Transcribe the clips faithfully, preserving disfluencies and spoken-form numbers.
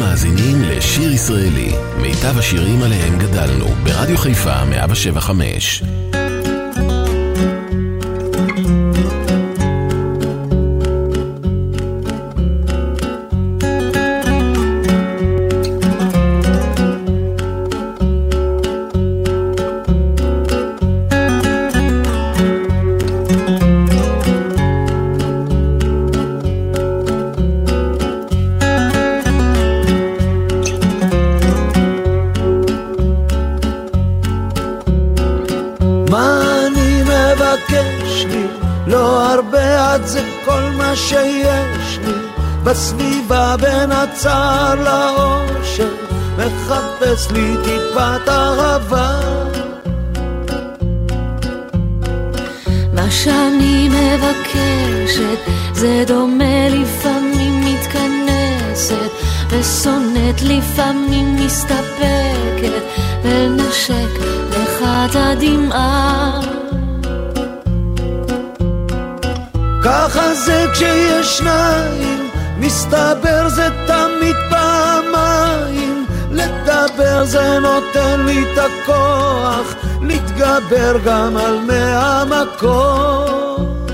מאזינים לשיר ישראלי, מיטב השירים עליהם גדלנו, ברדיו חיפה מאה שבע חמש. שיש לי בסביבה בין הצער לאושר, מחפש לי טיפת אהבה. מה שאני מבקשת זה דומה, לפעמים מתכנסת ושונאת, לפעמים מסתפקת ונשק לך את הדמעה. ככה זה כשיש שניים, מסתבר זה תמיד פעמיים. לדבר זה נותן לי את הכוח, להתגבר גם על מהמקום.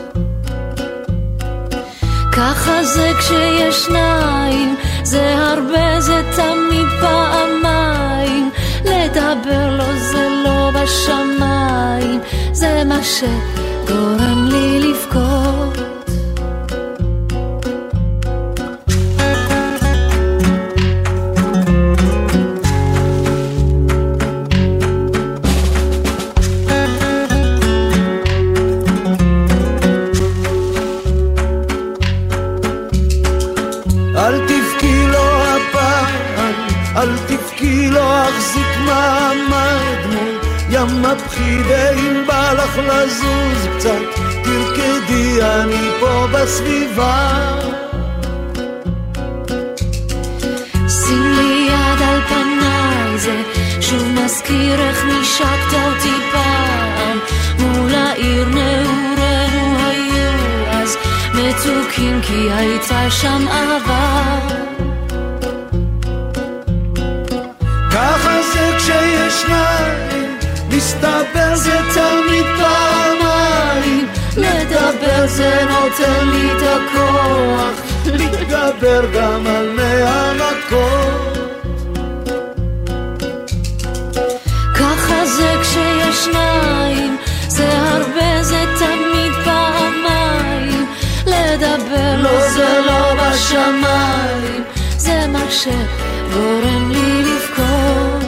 ככה זה כשיש שניים, זה הרבה, זה תמיד פעמיים. לדבר לא זה לא בשמיים, זה מה ש... גורם לי לבכות. אל תבכי לו הפעם, אל תבכי לו, אחזיק מעמד מול ים מבחי, ואם בא לך לזוז קצת תרקדי, אני פה בסביבה. שים לי יד על פניי, זה שוב מזכיר איך נשקת אותי פעם מול העיר. נעורנו היו אז מתוקים, כי הייתה שם אהבה. ככה זה כשיש שניים, מסתבר זה תמיד פעמיים. לדבר זה נותן לי את הכוח, להתגבר גם על מהמקום. ככה זה כשיש שניים, זה הרבה, זה תמיד פעמיים. לדבר לא זה לא בשמיים, זה מה שגורם לי לבכות.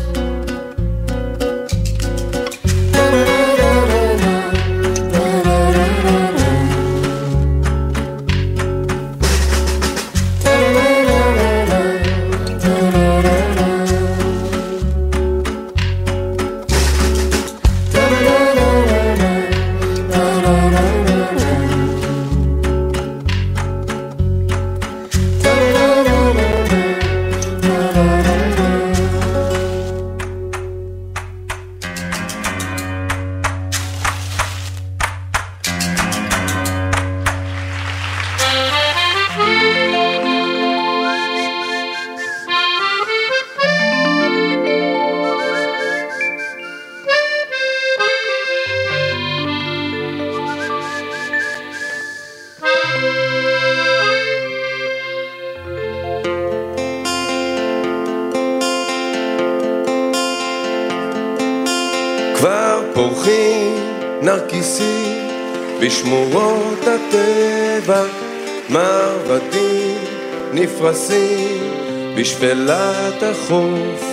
בשמורות הטבע מרבדים נפרסים בשפלת החוף,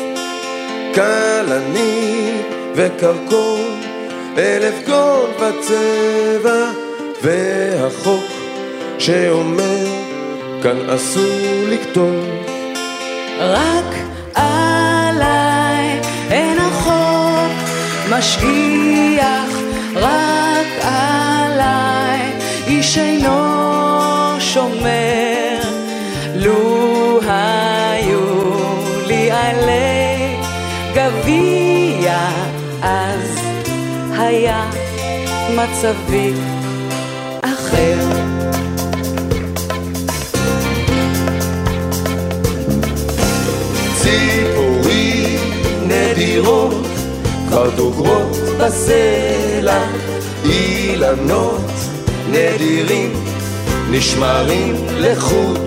קלני וקרקון אלף גול בצבע, והחוק שאומר כאן אסור לכתוב. רק עליי אין החוק משגיח, רק עליי איש אינו שומר. לו היו לי עלי גביע, אז היה מצבי אחר. ציפורים נדירות כבר דוגרות בסלע, אילנות נדירים נשמרים לחוד,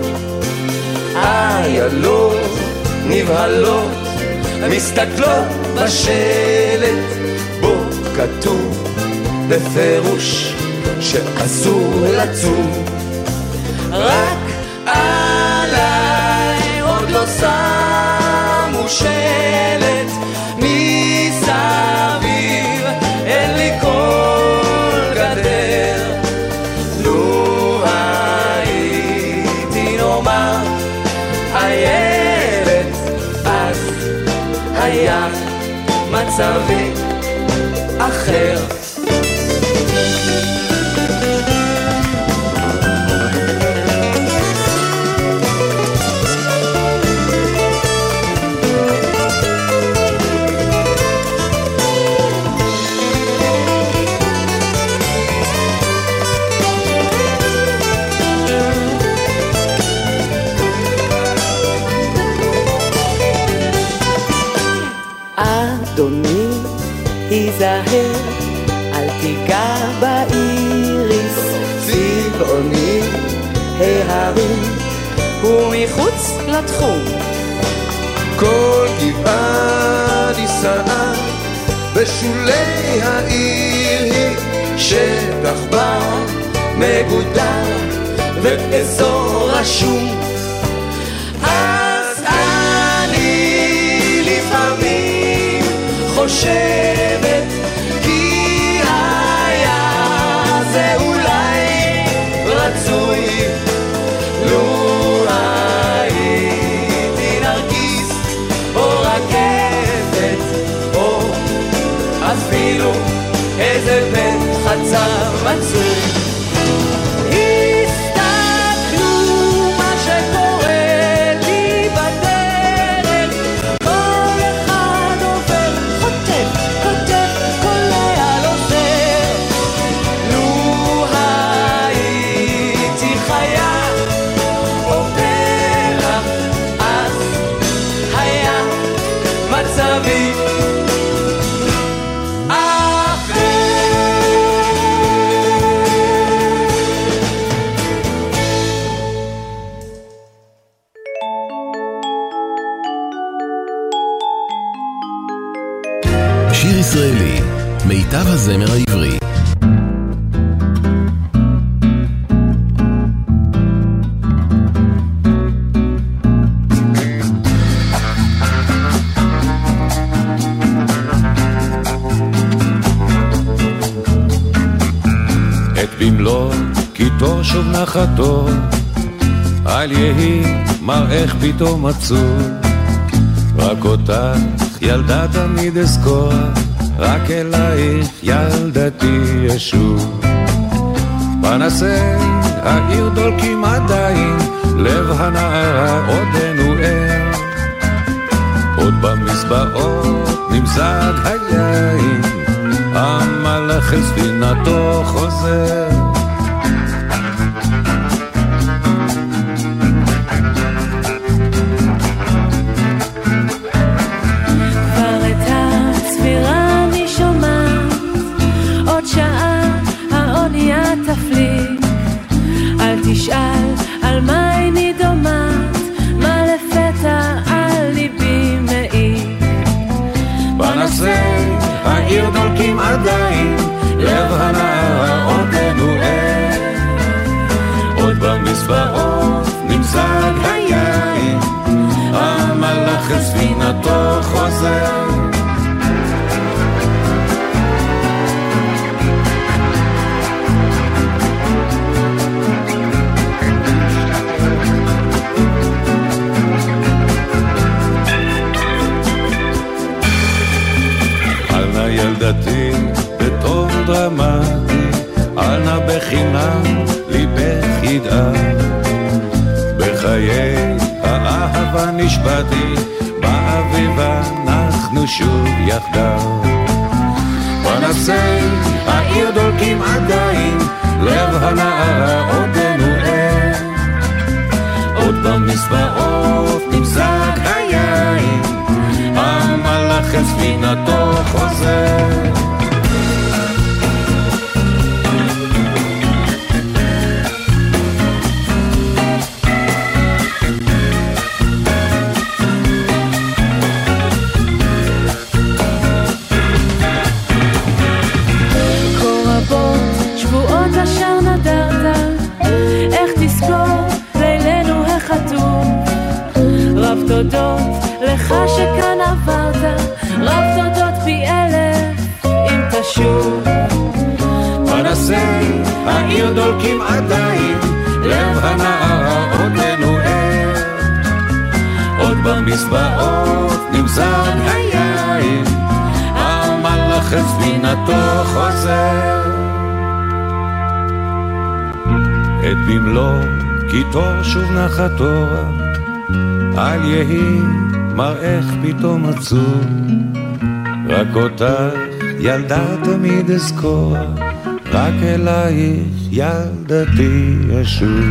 איילות נבהלות מסתכלות בשלט, בו כתוב בפירוש שאסור לצום. רק עליי עוד לא שמו שלט, מסביב אין לי כל גדר. לו הייתי נאמר הילד, אז היה מצבי אחר. אדוני, היזהר, אל תיגע באיריס, צבעוני ההרים הוא מחוץ לתחום. כל גבעה נישאה בשולי העיר היא שטח בר מגודר ואזור רשום. אז אני לפעמים חושבת כי היה זה אולי רצוי, לו הייתי נרגיס או רכבת או אפילו איזה בית חצר מצוי. שיר ישראלי, מיטב הזמר העברי. את במלוא קיטו שוב נחתו, אל יהי מראך פתאום עצור, רק אותך ילדה תמיד אזכור, רק אלייך ילדתי ישוב. פנסי העיר דולקים עדיין, לב הנערה עודנו ער, עוד במזבעות נמזג היין, המלאך אל ספינתו חוזר. תשאל על מה איני דומת, מה לפתע על ליבי מאיר. פנסי העיר דולקים עדיין, לב הנערה עודנו ער, עוד במזבעות נמזג היין, המלאך אל ספינתו חוזר. ילדתי בטוב דרמטי, אל נא בחינם ליבך ידעה, בחיי האהבה נשבעתי, באביב אנחנו שוב יחדיו. פנסי העיר דולקים עדיין, לב הנערה עודנו ער, עוד במזבעות נמזג היין, תודות לך שכאן עברת, רב תודות פי אלף אם תשוב. פנסי העיר דולקים עדיין, לב הנער עודנו ער, עוד במזבעות נמזג היין, המלאך את ספינתו חוזר. את במלוא קיטור שוב נחת אורה, אל יהי מראך פתאום עצוב, רק אותך ילדה תמיד אזכור, רק אלייך ילדתי אשוב.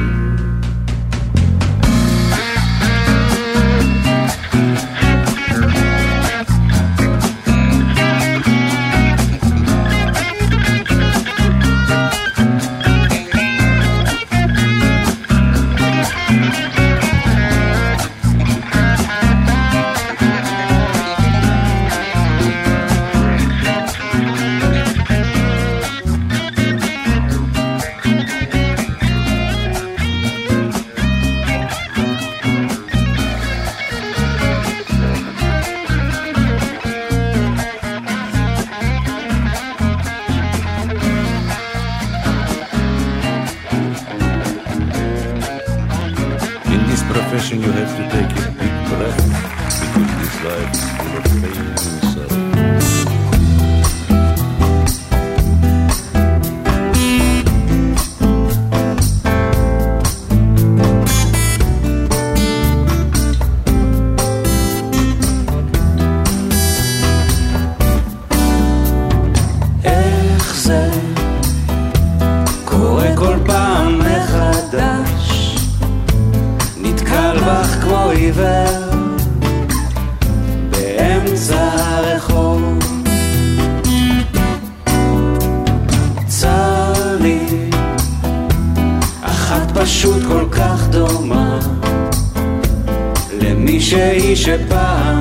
שפעם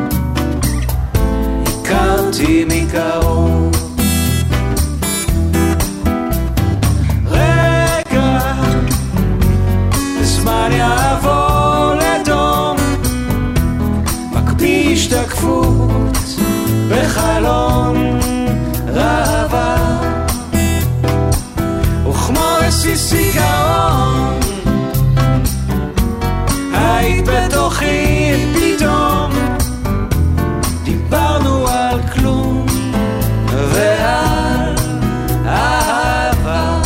הכרתי מקרוב. רגע הזמן יעבור לדום, מקפיא השתקפות בחלום ראווה, וכמו רסיסי גאון היית בתוכי פתאום, דיברנו על כלום ועל אהבה.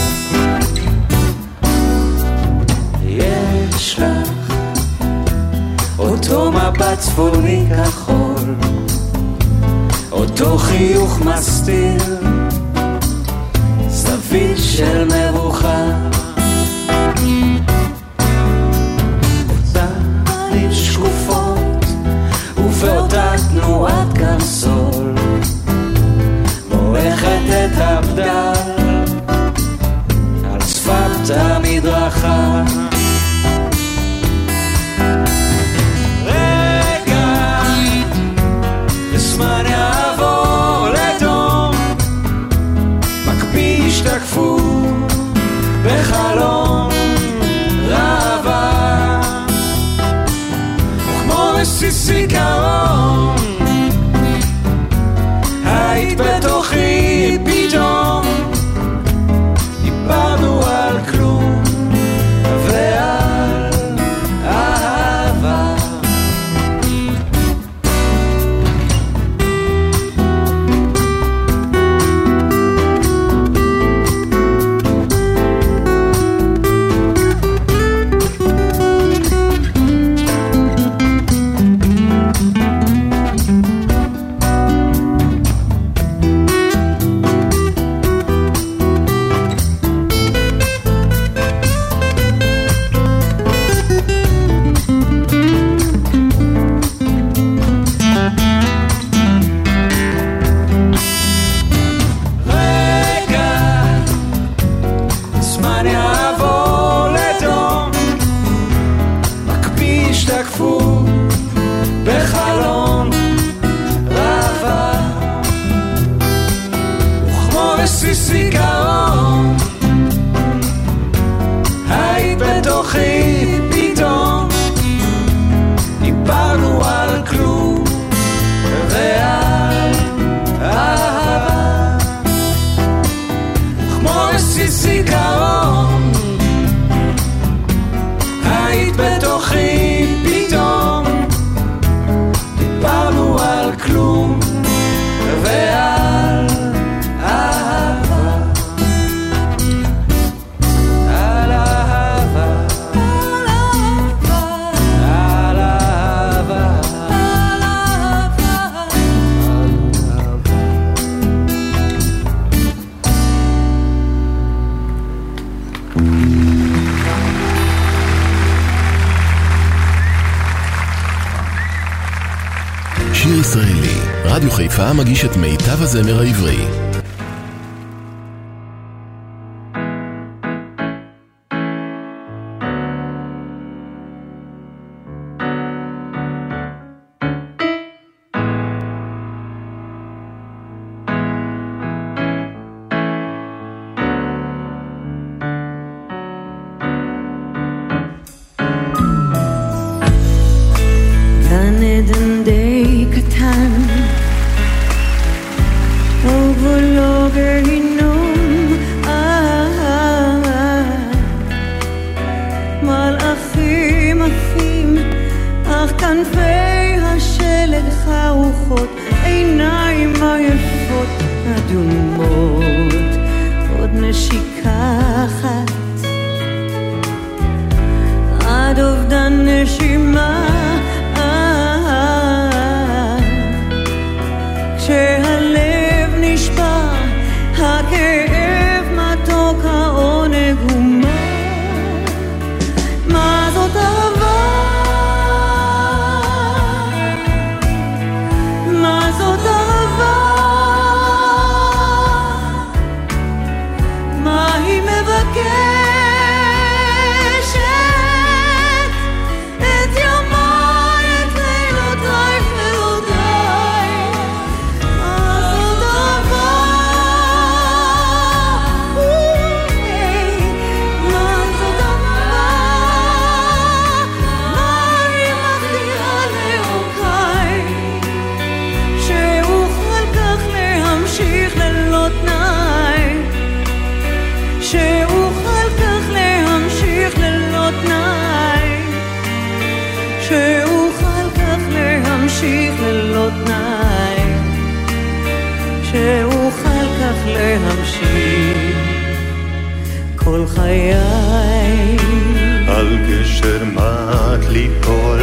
יש לך אותו מבט צפוני כחול, אותו חיוך מסתיר, זווית של מבוכה, ואותה תנועת קרסול מועכת את הבדל על שפת המדרכה. רגע הזמן יעבור לדום, מקפיא השתקפות בחלום ראווה, וכמו רסיסי קרון היית בתוכי פתאום, דיברנו על כלום ועל אהבה. ישראלי, רדיו חיפה מגיש את מיטב הזמר העברי. כל חיי על גשר מת ליפול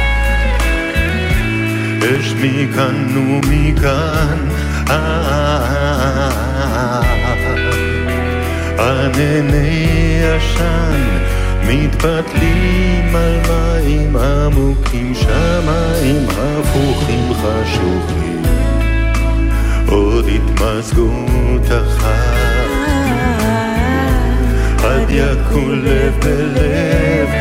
אש מכאן ומכאן ענני עשן מתפתלים על מים עמוקים שמיים הפוכים חשוכים עוד התמזגות אחת עד יקול לב בלב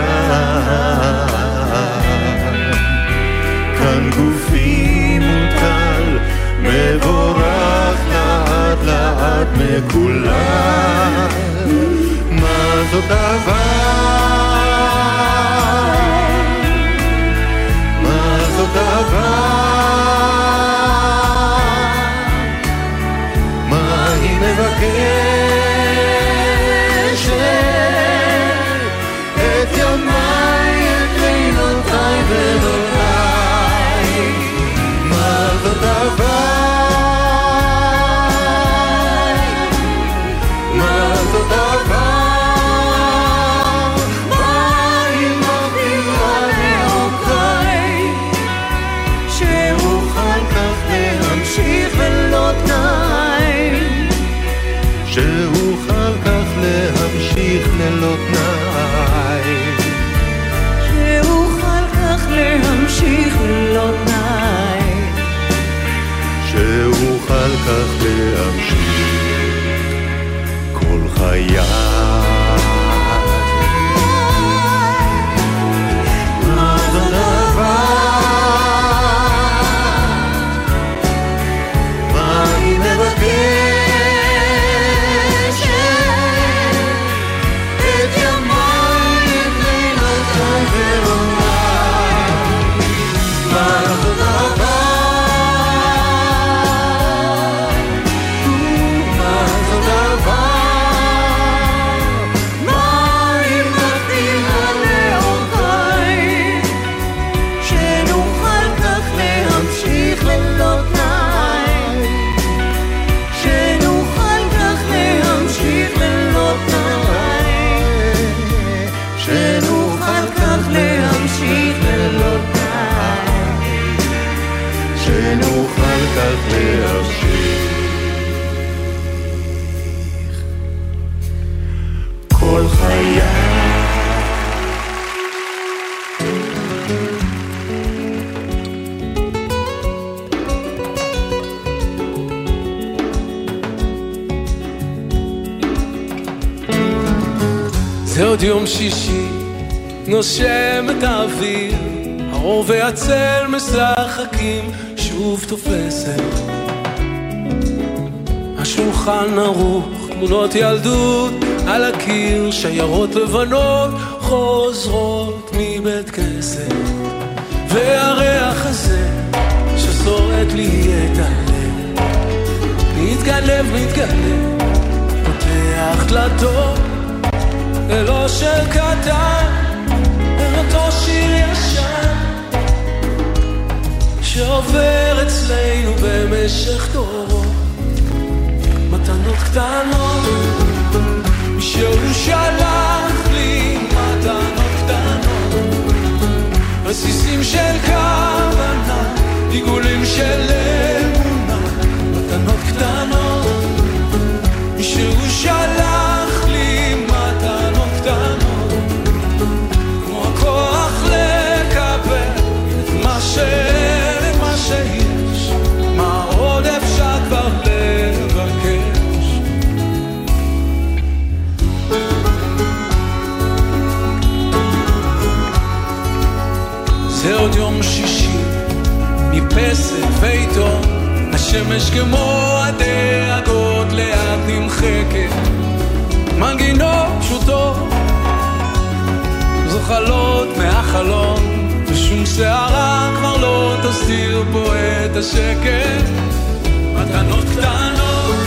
כאן גופי מוטל מבורך לאט לאט מכולם מה זאת אהבה מה זאת אהבה מה היא מבקשת את ימיי את לילותיי ולותיי מה זאת אהבה מה זאת אהבה מה היא מבטיחה לאורכי שאוכל כך להמשיך ולא תנאי שאוכל כך להמשיך ללא תנאי שאוכל כך להמשיך ללא תנאי שאוכל כך להמשיך כל חיי מה זאת אהבה מה היא מבקשת שנוכל כך להמשיך כל חיי עוד יום שישי נושם את האוויר, האור והצל משחקים, שוב תופסת השולחן ערוך, תמונות ילדות על הקיר, שיירות לבנות חוזרות מבית כנסת, והריח הזה ששורט לי את הלב, מתגלב מתגלב, פותח דלתות ללא של קטן, לאותו שיר ישן שעובר אצלנו במשך דורות, מתנות קטנות שהוא שלח לי, מתנות קטנות, רסיסים של כוונה, עיגולים של אמונה, מתנות קטנות שהוא שלח לי, מתנות קטנות, כמו הכוח לקבל את מה שאין, את מה שיש, מה עוד אפשר כבר לבקש. זה עוד יום שישי מפסק ועיתון, השמש כמו הדאגות לאט נמחקת, מנגינות פשוטות זוחלות מהחלון, ושום שערה כבר לא תסתיר פה את השקט, מתנות קטנות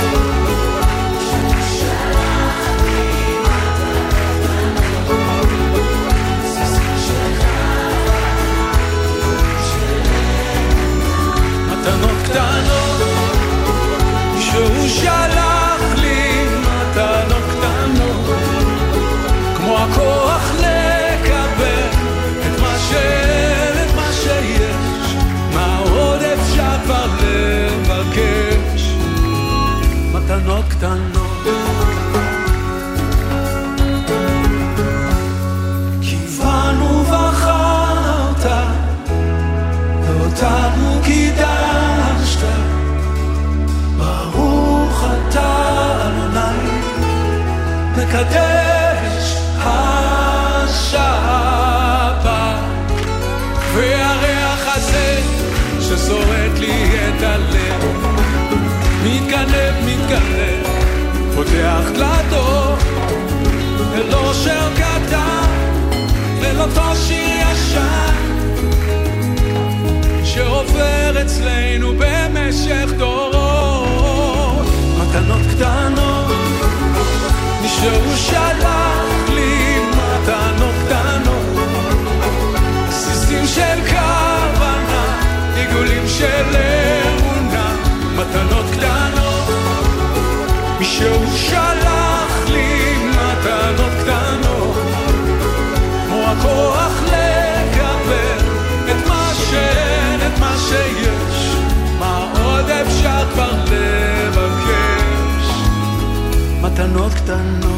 מתנות קטנות שהוא שלח לי, מתנות קטנות, כמו הכוח לקבל את מה שאין, את מה שיש, מה עוד אפשר כבר לבקש, מתנות קטנות. כיוונו בחרת ואותנו קידשת, ברוך אתה אדוני מקדש השבת, והריח הזה ששורט לי את הלב, מתגנב מתגנב, פותח דלתות ללא שיר קטן, לאותו שיר ישן שעובר אצלנו במשך דורות, מתנות קטנות שהוא שלח לי, מתנות קטנות, סיסים של כוונה, עיגולים של אמונה, מתנות קטנות שהוא שלח לי, מתנות קטנות, כמו הכוח לקבל את מה שאין, את מה שיש, מה עוד אפשר כבר לבקש, מתנות קטנות.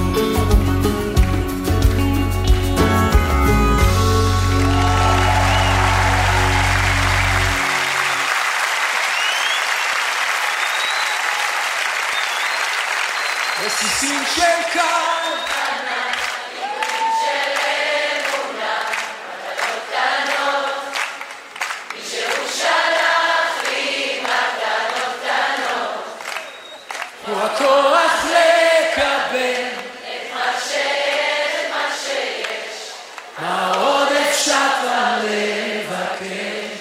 רסיסים של כוונה, עיגולים של אמונה, מתנות קטנות, שהוא שלח לי, מתנות קטנות, הוא הכוח לקבל את מה שיש, את מה שיש, מה עוד אפשר כבר לבקש,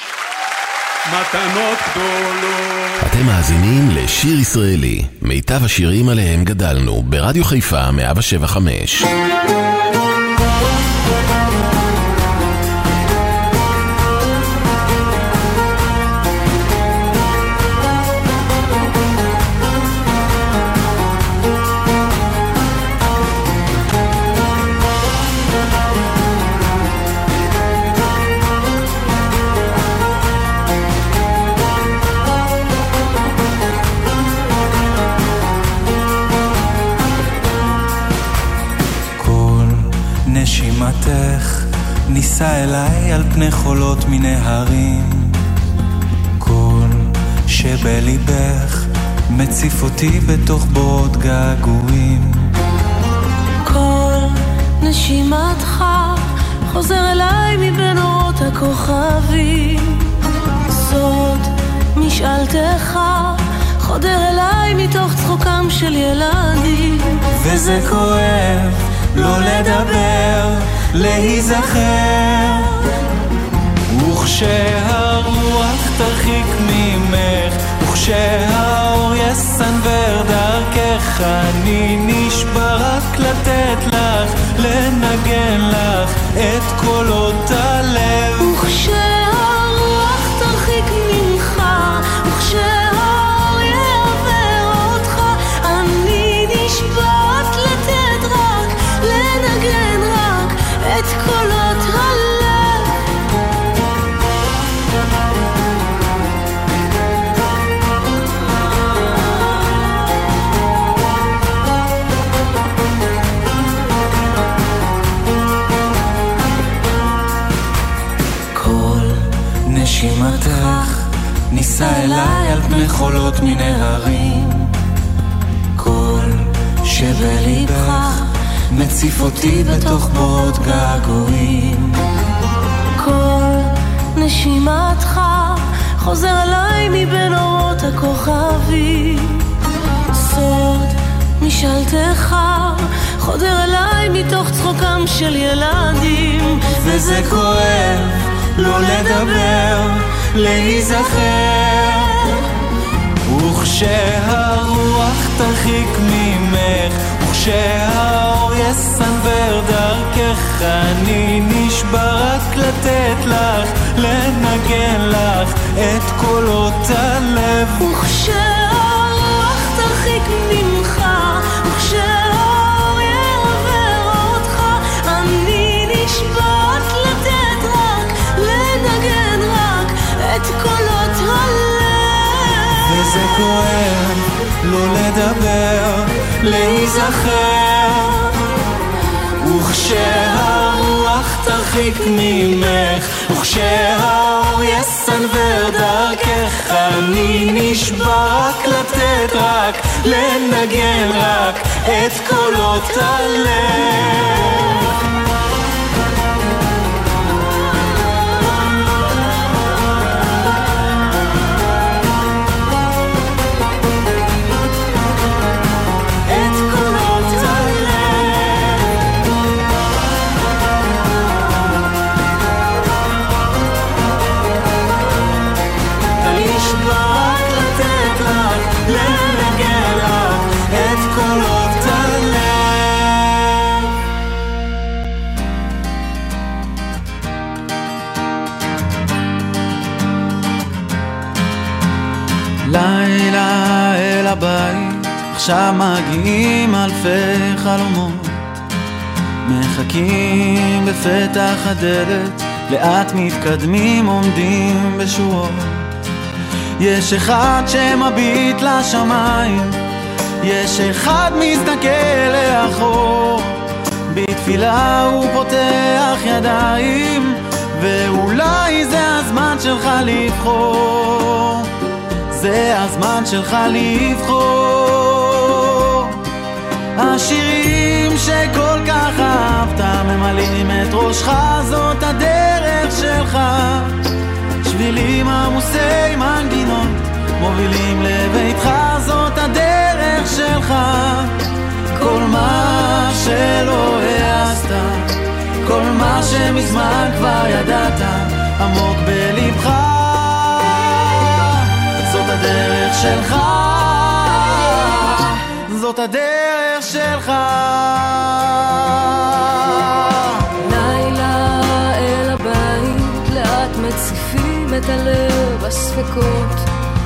מתנות גדולות. אתם מאזינים לשיר ישראלי, מיטב השירים עליהם גדלנו, ברדיו חיפה מאה שבע חמש. נשימתך ניסה אליי על פני חולות מנהרים, כל שבליבך מציף אותי בתוך בורות געגועים, כל נשימתך חוזר אליי מבין אורות הכוכבים, סוד משאלתך חודר אליי מתוך צחוקם של ילדים. וזה כואב לא לדבר, להיזכר, וכשהרוח תרחיק ממך, וכשהאור יסנבר דרכך, אני נשבע רק לתת לך, לנגן לך את קולות הלב. וכשהרוח תרחיק ממך, וכשהאור יעבר אותך, אני נשבעת לתת רק, לנגן רק את קולות הלב. נשימתך ניסה אליי על פני חולות מיני הרים, כל שבליבך מציף אותי בתוך בורות געגועים. כל נשימתך חוזר אליי מבין אורות הכוכבים, סוד משאלתך חודר אליי מתוך צחוקם של ילדים. וזה כואב לא לדבר, להיזכר, וכשהרוח תרחיק ממך, וכשהאור יסנבר דרכך, אני נשבע רק לתת לך, לנגן לך את קולות הלב. וכשהרוח תרחיק ממך, וכשהאור יעבר אותך, אני נשבעת לתת רק, לנגן רק את קולות הלב. וזה כואב לא לדבר, להיזכר, וכשהרוח תרחיק ממך, וכשהאור יסנבר דרכך, אני נשבע רק לתת רק, לנגן רק את קולות הלב. לילה אל הבית, עכשיו מגיעים אלפי חלומות, מחכים בפתח הדלת, לאט מתקדמים עומדים בשורות. יש אחד שמביט לשמיים, יש אחד מסתכל לאחור, בתפילה הוא פותח ידיים, ואולי זה הזמן שלך לבחור, זה הזמן שלך לבחור. השירים שכל כך אהבת ממלאים את ראשך, זאת הדרך שלך. שבילים עמוסי מנגינות מובילים לביתך, זאת הדרך שלך. כל מה שלא העשת, כל מה שמזמן כבר ידעת, עמוק בלבך, זאת הדרך שלך, זאת הדרך שלך. לילה אל הבית, לאט מציפים את הלב, הספקות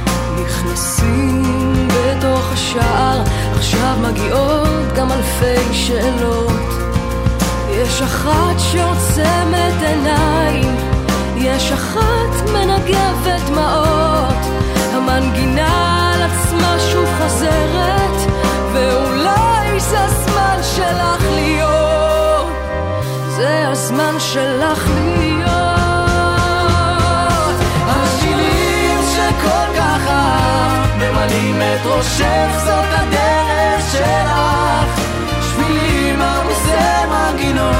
נכנסים בתוך השער, עכשיו מגיעות גם אלפי שאלות. יש אחת שעוצמת עיניים, יש אחת מנגבת דמעות, המנגינה על עצמה שוב חזרת, ואולי זה הזמן שלך להיות, זה הזמן שלך להיות. השירים שכל כך אהבת ממלאים את ראשך, זאת הדרך שלך. שבילים עמוסי מנגינות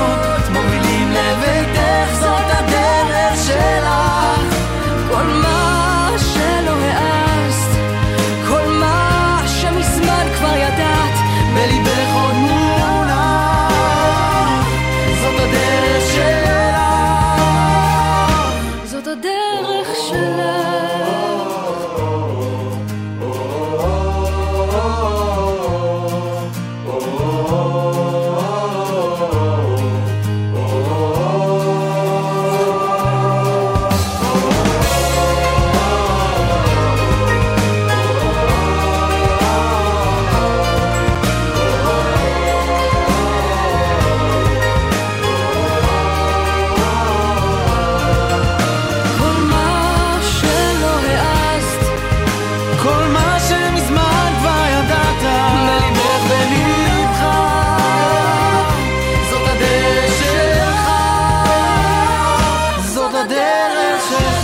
הדרך שלך.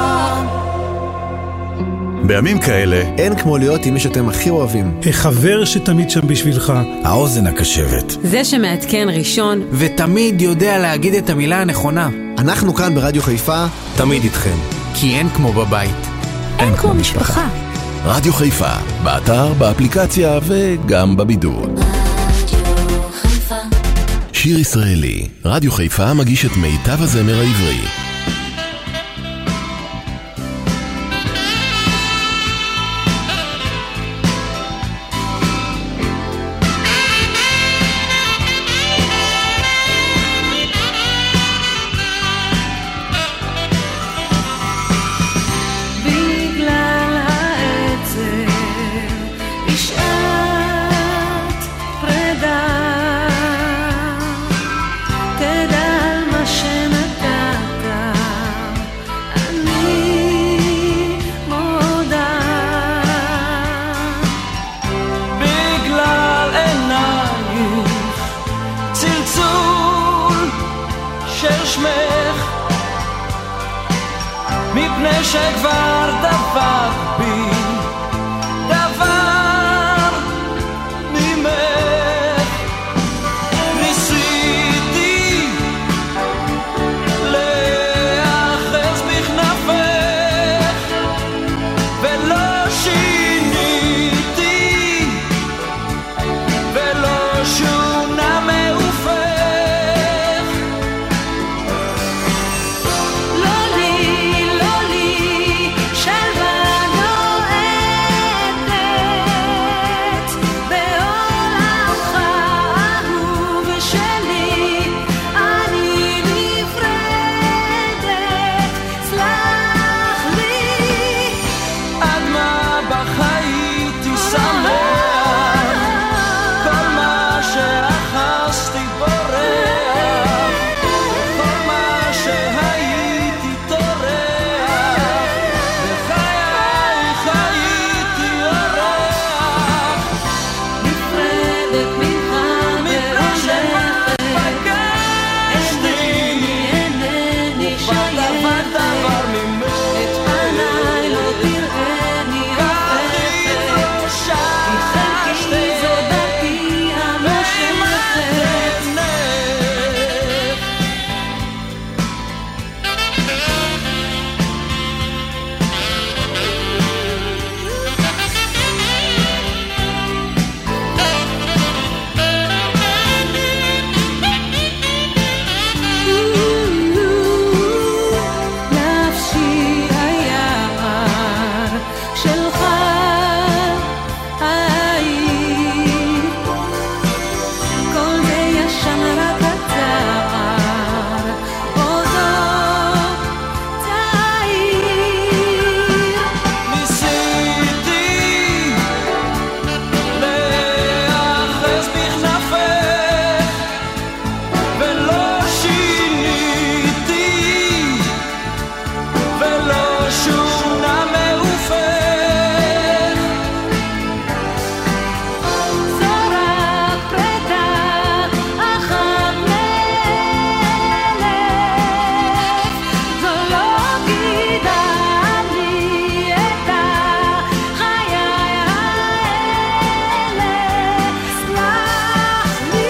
בימים כאלה אין כמו להיות עם מי שאתם הכי אוהבים. החבר שתמיד שם בשבילך. האוזן הקשבת. זה שמעדכן ראשון. ותמיד יודע להגיד את המילה הנכונה. אנחנו כאן ברדיו חיפה. תמיד איתכם. כי אין כמו בבית. אין, אין כמו משפחה. רדיו חיפה, באתר, באפליקציה וגם בבידוד. רדיו חיפה. שיר ישראלי. רדיו חיפה מגיש את מיטב הזמר העברי. שכבר דבר בי דבר ממך ניסיתי להאחז בכנפך ולא שיניתי ולא שונה מעופך. לא לי, לא לי שלווה נועדת בעולמך אהוב שלי, אני נפרדת, סלח לי. עד מה בחייתי שמח, כל מה שאחזתי בורח, כל מה שהייתי טורח, בחיי חייתי אורח. נפרדת ממך והולכת, פגשתי אינני שייכת, את פניי לא תראני הופכת, כי חלקי זו דרכי המושכת. נפשי היער שלך היית, כל זה ישן רק הצער עודו תאיר. ניסיתי להאחז בכנפך ולא שיניתי ולא שונה מעופך. זו רק פרידה אחת מאלף, זו לא גידה לי את החיי האלה, סלח לי.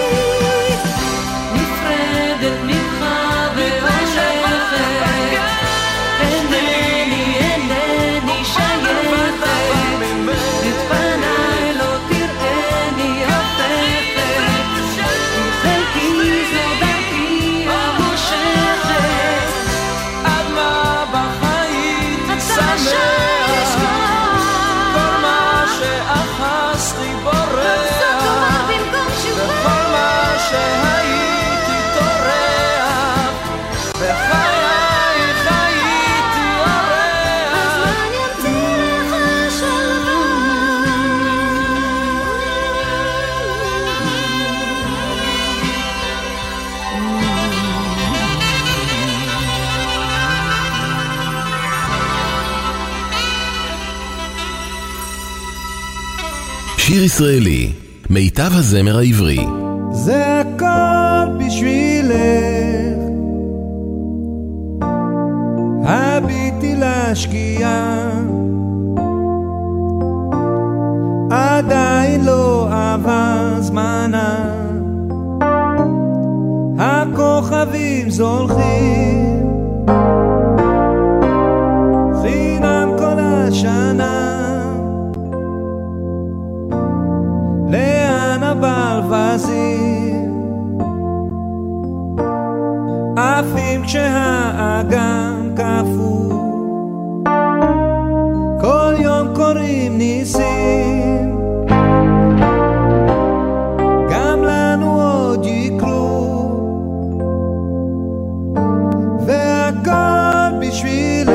נפרדת ממך והולכת, אינני אינני שייכת, את פניי לא תראני הופכת, חלקי זו דרכי המושכת. עד מה בחייתי שמח, כל מה שאחזתי בורח, וכל מה שהייתי טורח, בחיי חייתי אורח. אז מה ימציא לך שיר ישראלי, מיטב הזמר העברי. זה הכל בשבילך, הביטי לשקיעה, עדיין לא עבר זמנה, הכוכבים זולחים חינם כל השנה. לאן הברווזים עפים כשהאגם קפוא, כל יום קוראים ניסים, גם לנו עוד יקרו, והכל בשבילך.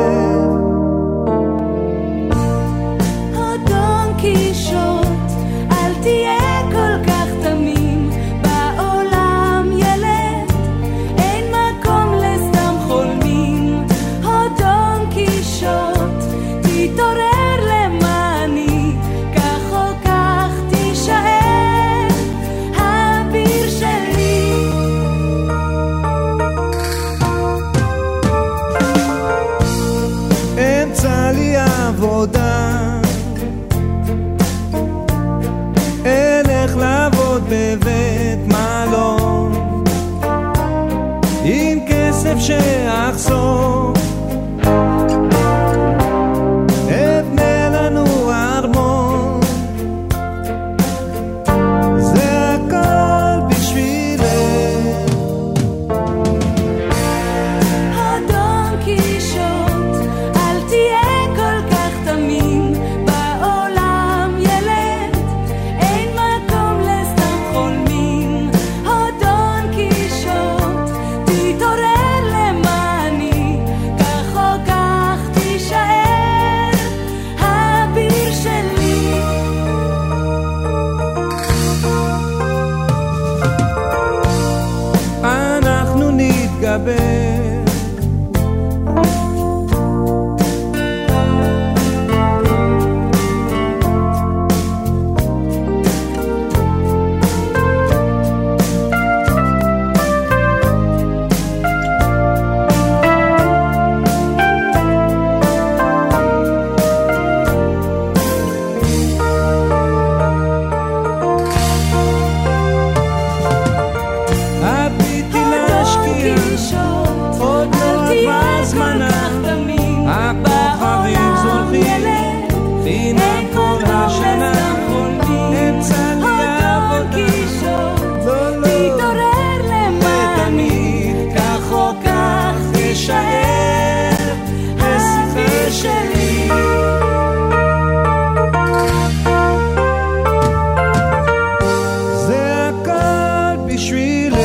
אדון קישוט, אל תהיה כל כך תמים, בעולם ילד אין מקום לסתם חולמים. אדון קישוט, תתעורר למעני, כך או כך תישאר האביר שלי. אמצע לי עבודה, אלך לעבוד בבית מלון, עם כסף שאחסוך אבנה לנו ארמון, זה הכל בשבילך. אדון קישוט, אל תהיה כל כך תמים, בעולם ילד אין מקום לסתם חולמים. אדון קישוט, תתעורר למעני, כך או כך תישאר האביר שלי. אנחנו נתגבר, הביטי להשקיע, קישוט, עוד לא אל תהיה עבר כל זמנה, כך תמים, הכוכבים בעולם זולחים ילד חינם אין כל מקום השנה. לסתם חולמים. אמצע לי אדון עבודה, קישוט, לא לא תתעורר למעני, ותמיד כך או כך תישאר האביר שלי. זה הכל בשבילך.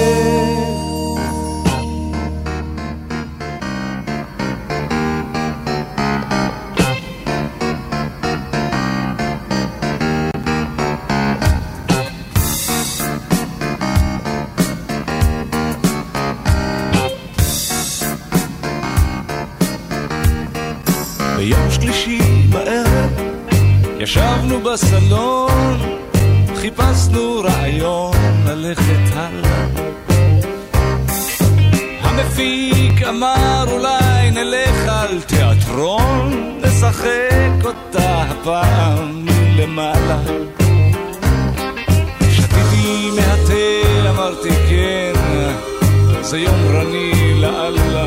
ביום שלישי בערב ישבנו בסלון, חיפשנו רעיון ללכת הלאה. המפיק אמר אולי נלך על תיאטרון, נשחק אותה הפעם מלמעלה. שתיתי מהתה, אמרתי כן, זה יומרני לאללה.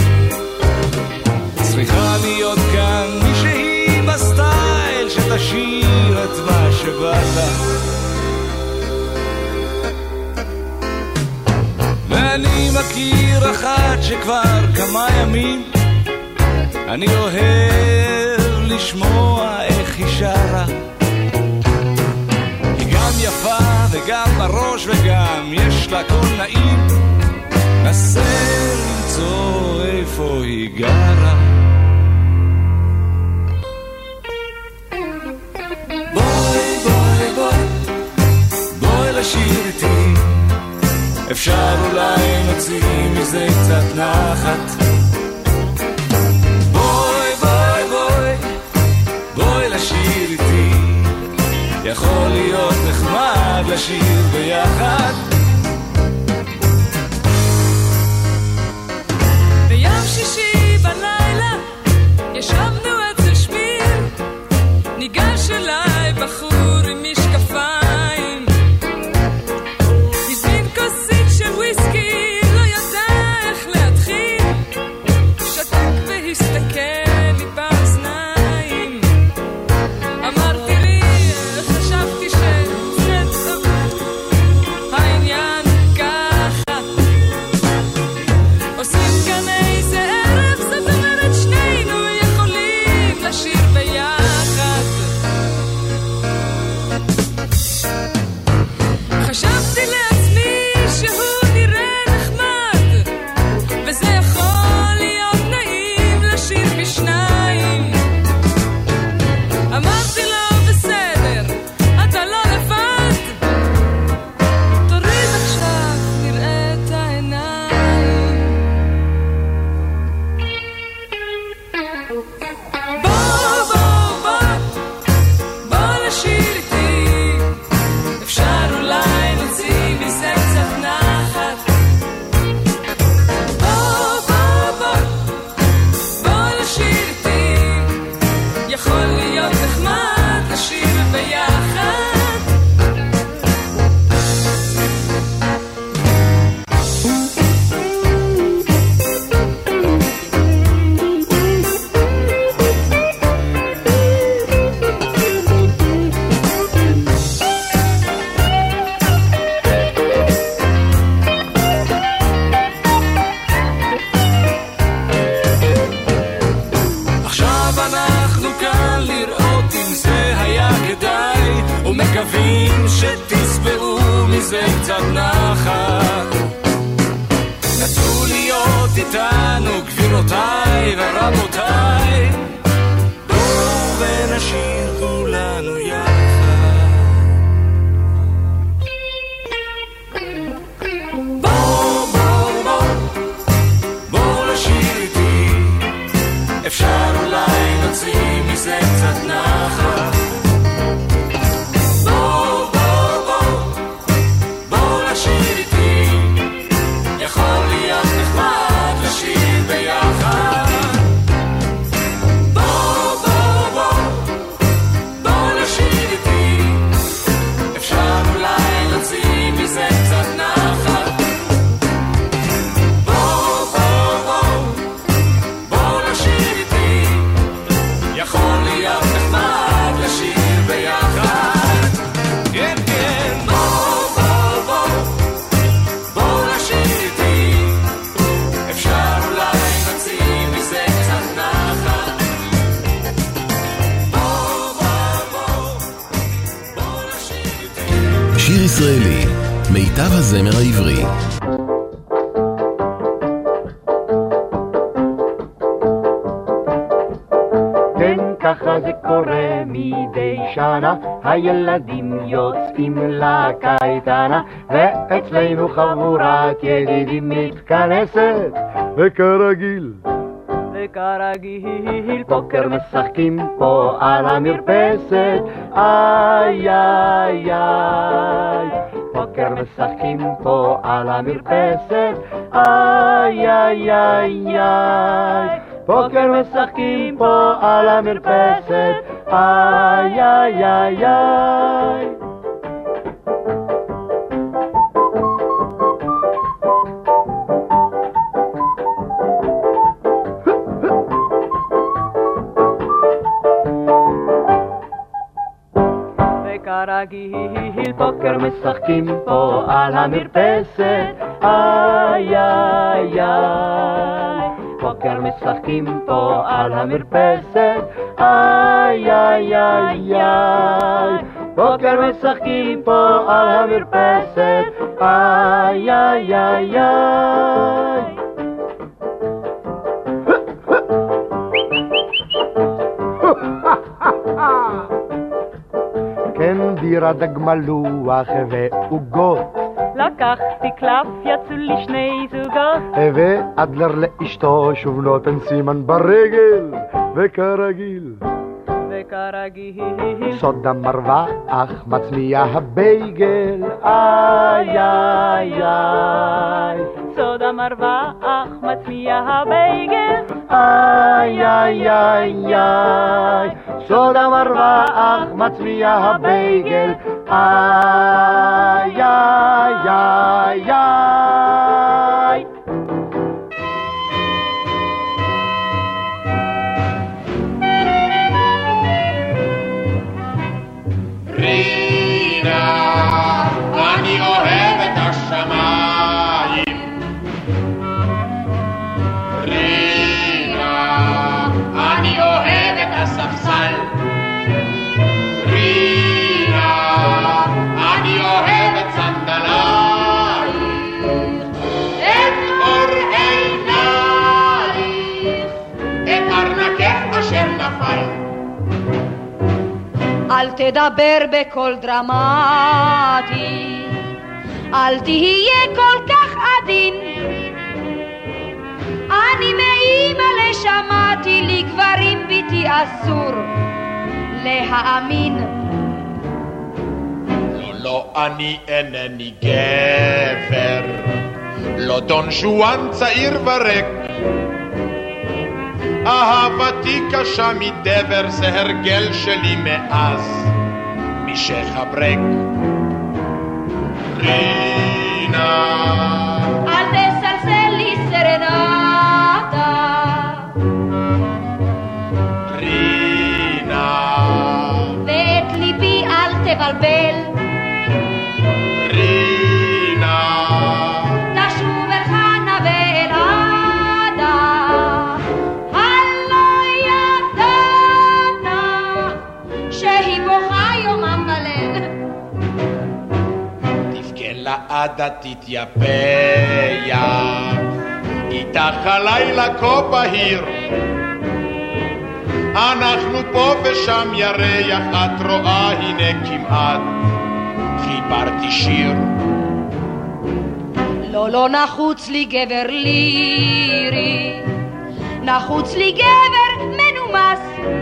צריכה להיות כאן מישהי בסטייל שתשאיר את מה שבא לה. ואני מכיר אחת שכבר כמה ימים אני אוהב לשמוע איך היא שרה. היא גם יפה וגם בראש וגם יש לה קול נעים, נסה למצוא איפה היא גרה. בואי בואי בואי בואי לשיר איתי, אפשר אולי נוציא מזה קצת נחת. בואי בואי בואי בואי לשיר איתי, יכול להיות נחמד לשיר ביחד. ביום שישי בלילה ומקווים שתסברו מזה קצת נחת. נסו להיות איתנו גבירותיי ורבותיי, בואו ונשיר כולנו יחד. בואו בואו בואו בואו נשיר איתי, אפשר אולי נוציא מזה קצת נחת. בואו בואו בואו בואו נשיר איתי, יכול להיות נחמד לשיר ביחד. בואו בואו בואו בואו נשיר איתי, אפשר אולי להוציא מזה קצת נחת. בואו בואו בואו בואו נשיר איתי, יכול להיות נחמד לשיר ביחד. כן כן בואו בואו בואו בואו נשיר איתי, אפשר אולי להוציא מזה קצת נחת. בואו בואו בואו בואו נשיר איתי. שיר ישראלי, מיטב הזמר העברי. כן, ככה זה קורה מדי שנה, הילדים יוצאים לקייטנה, ואצלנו חבורת ידידים מתכנסת, וכרגיל וכרגיל פוקר משחקים פה על המרפסת. איי איי איי, פוקר משחקים פה על המרפסת. איי איי איי איי, פוקר משחקים פה על המרפסת. איי איי איי איי. וכרגיל פוקר משחקים פה על המרפסת. איי איי איי, פוקר משחקים פה על המרפסת. איי איי איי איי, פוקר משחקים פה על המרפסת. איי איי איי איי. כן, בירה דג מלוח ועוגות, לקחתי קלף, יצאו לי שני זוגות, ואדלר לאשתו שוב נותן סימן ברגל. וכרגיל וכרגיל סודה מרווח מצמיע הבייגל. איי איי איי, סודה מרווח מצמיע הבייגל. איי איי איי איי, סודה מרווח מצמיע הבייגל. איי איי איי איי. רינה, אני אוהב את השמיים. רינה, אני אוהב את הספסל. רינה, אני אוהב את סנדלייך, את אור עינייך, את ארנקך אשר נפל. אל תדבר בקול דרמטי, אל תהיה כל כך עדין. אני מאמא לשמעתי, לי גברים ביתי אסור להאמין. לא, לא, אני אינני גבר, לא דון שואן צעיר ורק. אהבתי קשה מדבר, זה הרגל שלי מאז משחברק. רינה, אל תסלסל לי סרנדה. רינה, ואת ליבי אל תבלבל. רינה, תשוב אל חנה ואל עדה. שהיא בוכה יומם בליל. אתה תתייפח, איתך הלילה כה בהיר, אנחנו פה ושם ירח, את רואה הנה כמעט חיברתי שיר. לא, לא נחוץ לי גבר לירי, נחוץ לי גבר מנומס.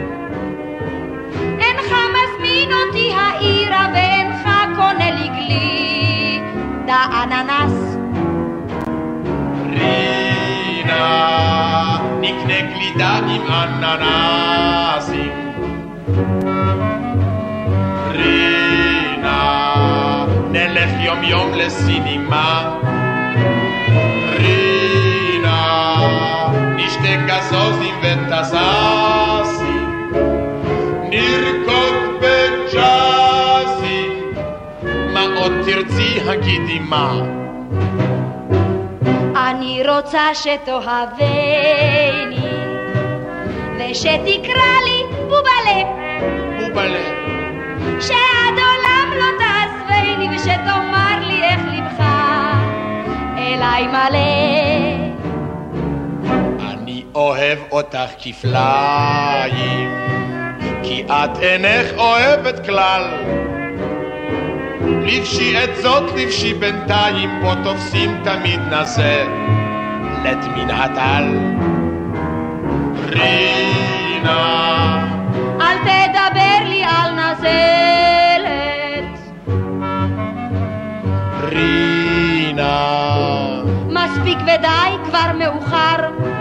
אינך מזמין אותי העירה ואינך קונה לי גלי דה אננס. רינה, נקנה גלידה עם אננסים. רינה, נלך יום יום לסינימה. רינה, נשתה גזוזים וטססים, נרקוד בג'אזים, מה עוד תרצי הגידי מה. אני רוצה שתאהבני ושתקרא לי בובלה, בובלה, שעד עולם לא תעזבני ושתאמר לי איך לבך אליי מלא. אני אוהב אותך כפליים, כי את אינך אוהבת כלל. לבשי את זאת, לבשי בינתיים, פה תופסים תמיד נזה לת מן הטל. רינה, אל תדבר לי על נזלת. רינה, מספיק ודי, כבר מאוחר.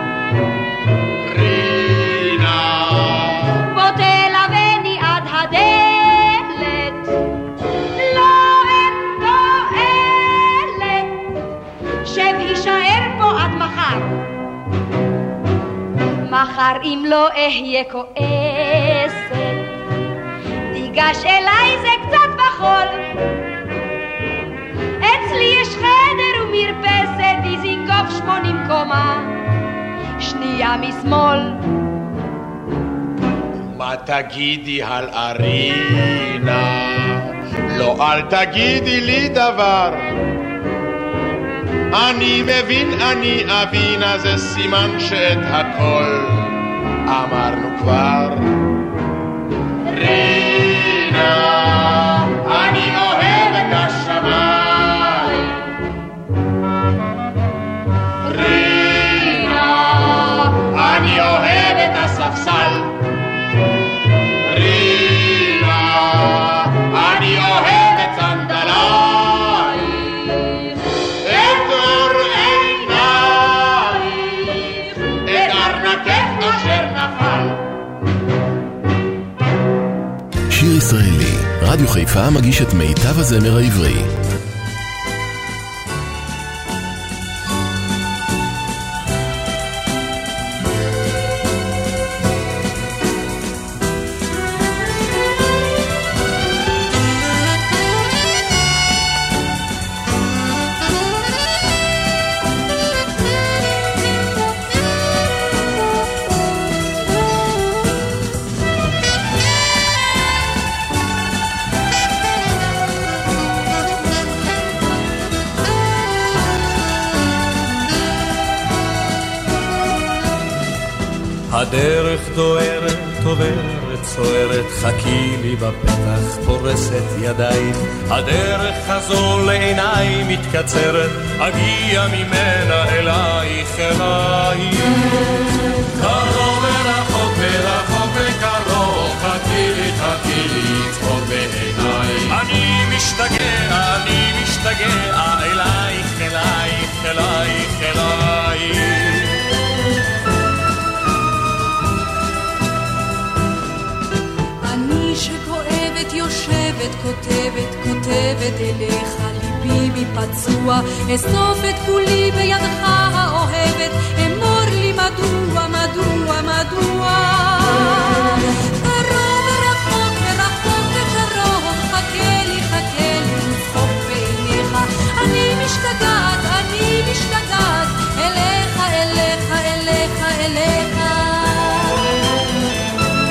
רינה, בוא תלווני עד הדלת. לא אין תועלת, שב הישאר פה עד מחר. מחר אם לא אהיה כועסת, תיגש אליי זה קצת בחול. אצלי יש חדר ומרפסת, דיזינגוף שמונים קומה, שנייה משמאל. מה תגידי על ארינה? לא, אל תגידי לי דבר. אני מבין, אני אבין, אז זה סימן שאת הכל אמרנו כבר. רינה, אני אוהב את השמיים. רינה, אני אוהב את הספסל. רינה, אני אוהב את סנדלייך, את אור עינייך, את ארנקך אשר נפל. שיר ישראלי, רדיו חיפה מגיש את מיטב הזמר העברי. הדרך דוהרת, עוברת, צוערת, חכי לי בפתח, פורסת ידיים. הדרך הזו לעיניי מתקצרת, אגיע ממנה אלייך, אלייך. קרוב ורחוק ורחוק וקרוב, חכי לי, חכי לי, צחוק בעיניי. אני משתגע, אני משתגע, אלייך, אלייך, אלייך, אלייך. שכואבת יושבת כותבת כותבת אליך ליבי מפצוע אסוף את כולי בידך האוהבת אמור לי מדוע מדוע מדוע קרוב ורחוק ורחוק וקרוב חכה לי חכה לי וצחוק בעיניך אני משתגעת אני משתגעת אליך אליך אליך אליך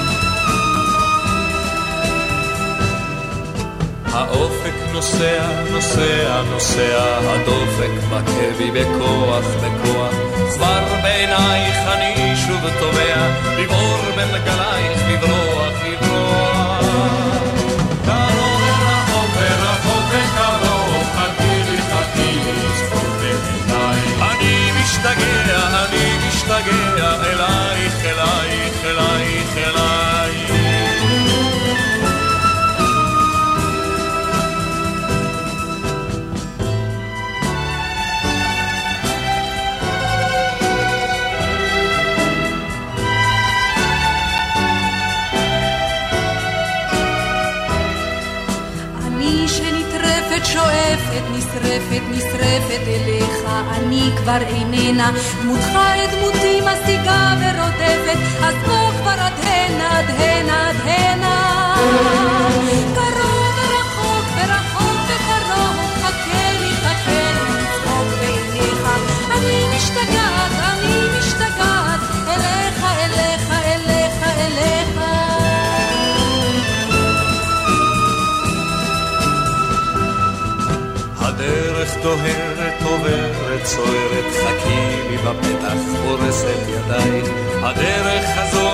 האופק נוסע, נוסע, נוסע, הדופק מכה בי בכוח, בכוח. כבר בעינייך אני שוב תובע, לברור בין גלייך, לברוח, לברוח. קרוב ורחוק ורחוק וקרוב, חכי לי, חכי לי, צחוק בעינייך. אני משתגע, אני משתגע, אלייך, אלייך, אלייך, אלייך. שואפת, נשרפת, נשרפת אליך, אני כבר איננה, דמותך את דמותי משיגה ורודפת, אז בוא כבר עד הנה, עד הנה, עד הנה. קרוב ורחוק ורחוק וקרוב, חכה לי, חכה לי, צחוק בעיניך, אני משתגעת, אני משתגעת, אליך, אליך, אליך, אליך. הדרך דוהרת, עוברת, צוערת, חכי לי בפתח, פורסת ידייך. הדרך הזו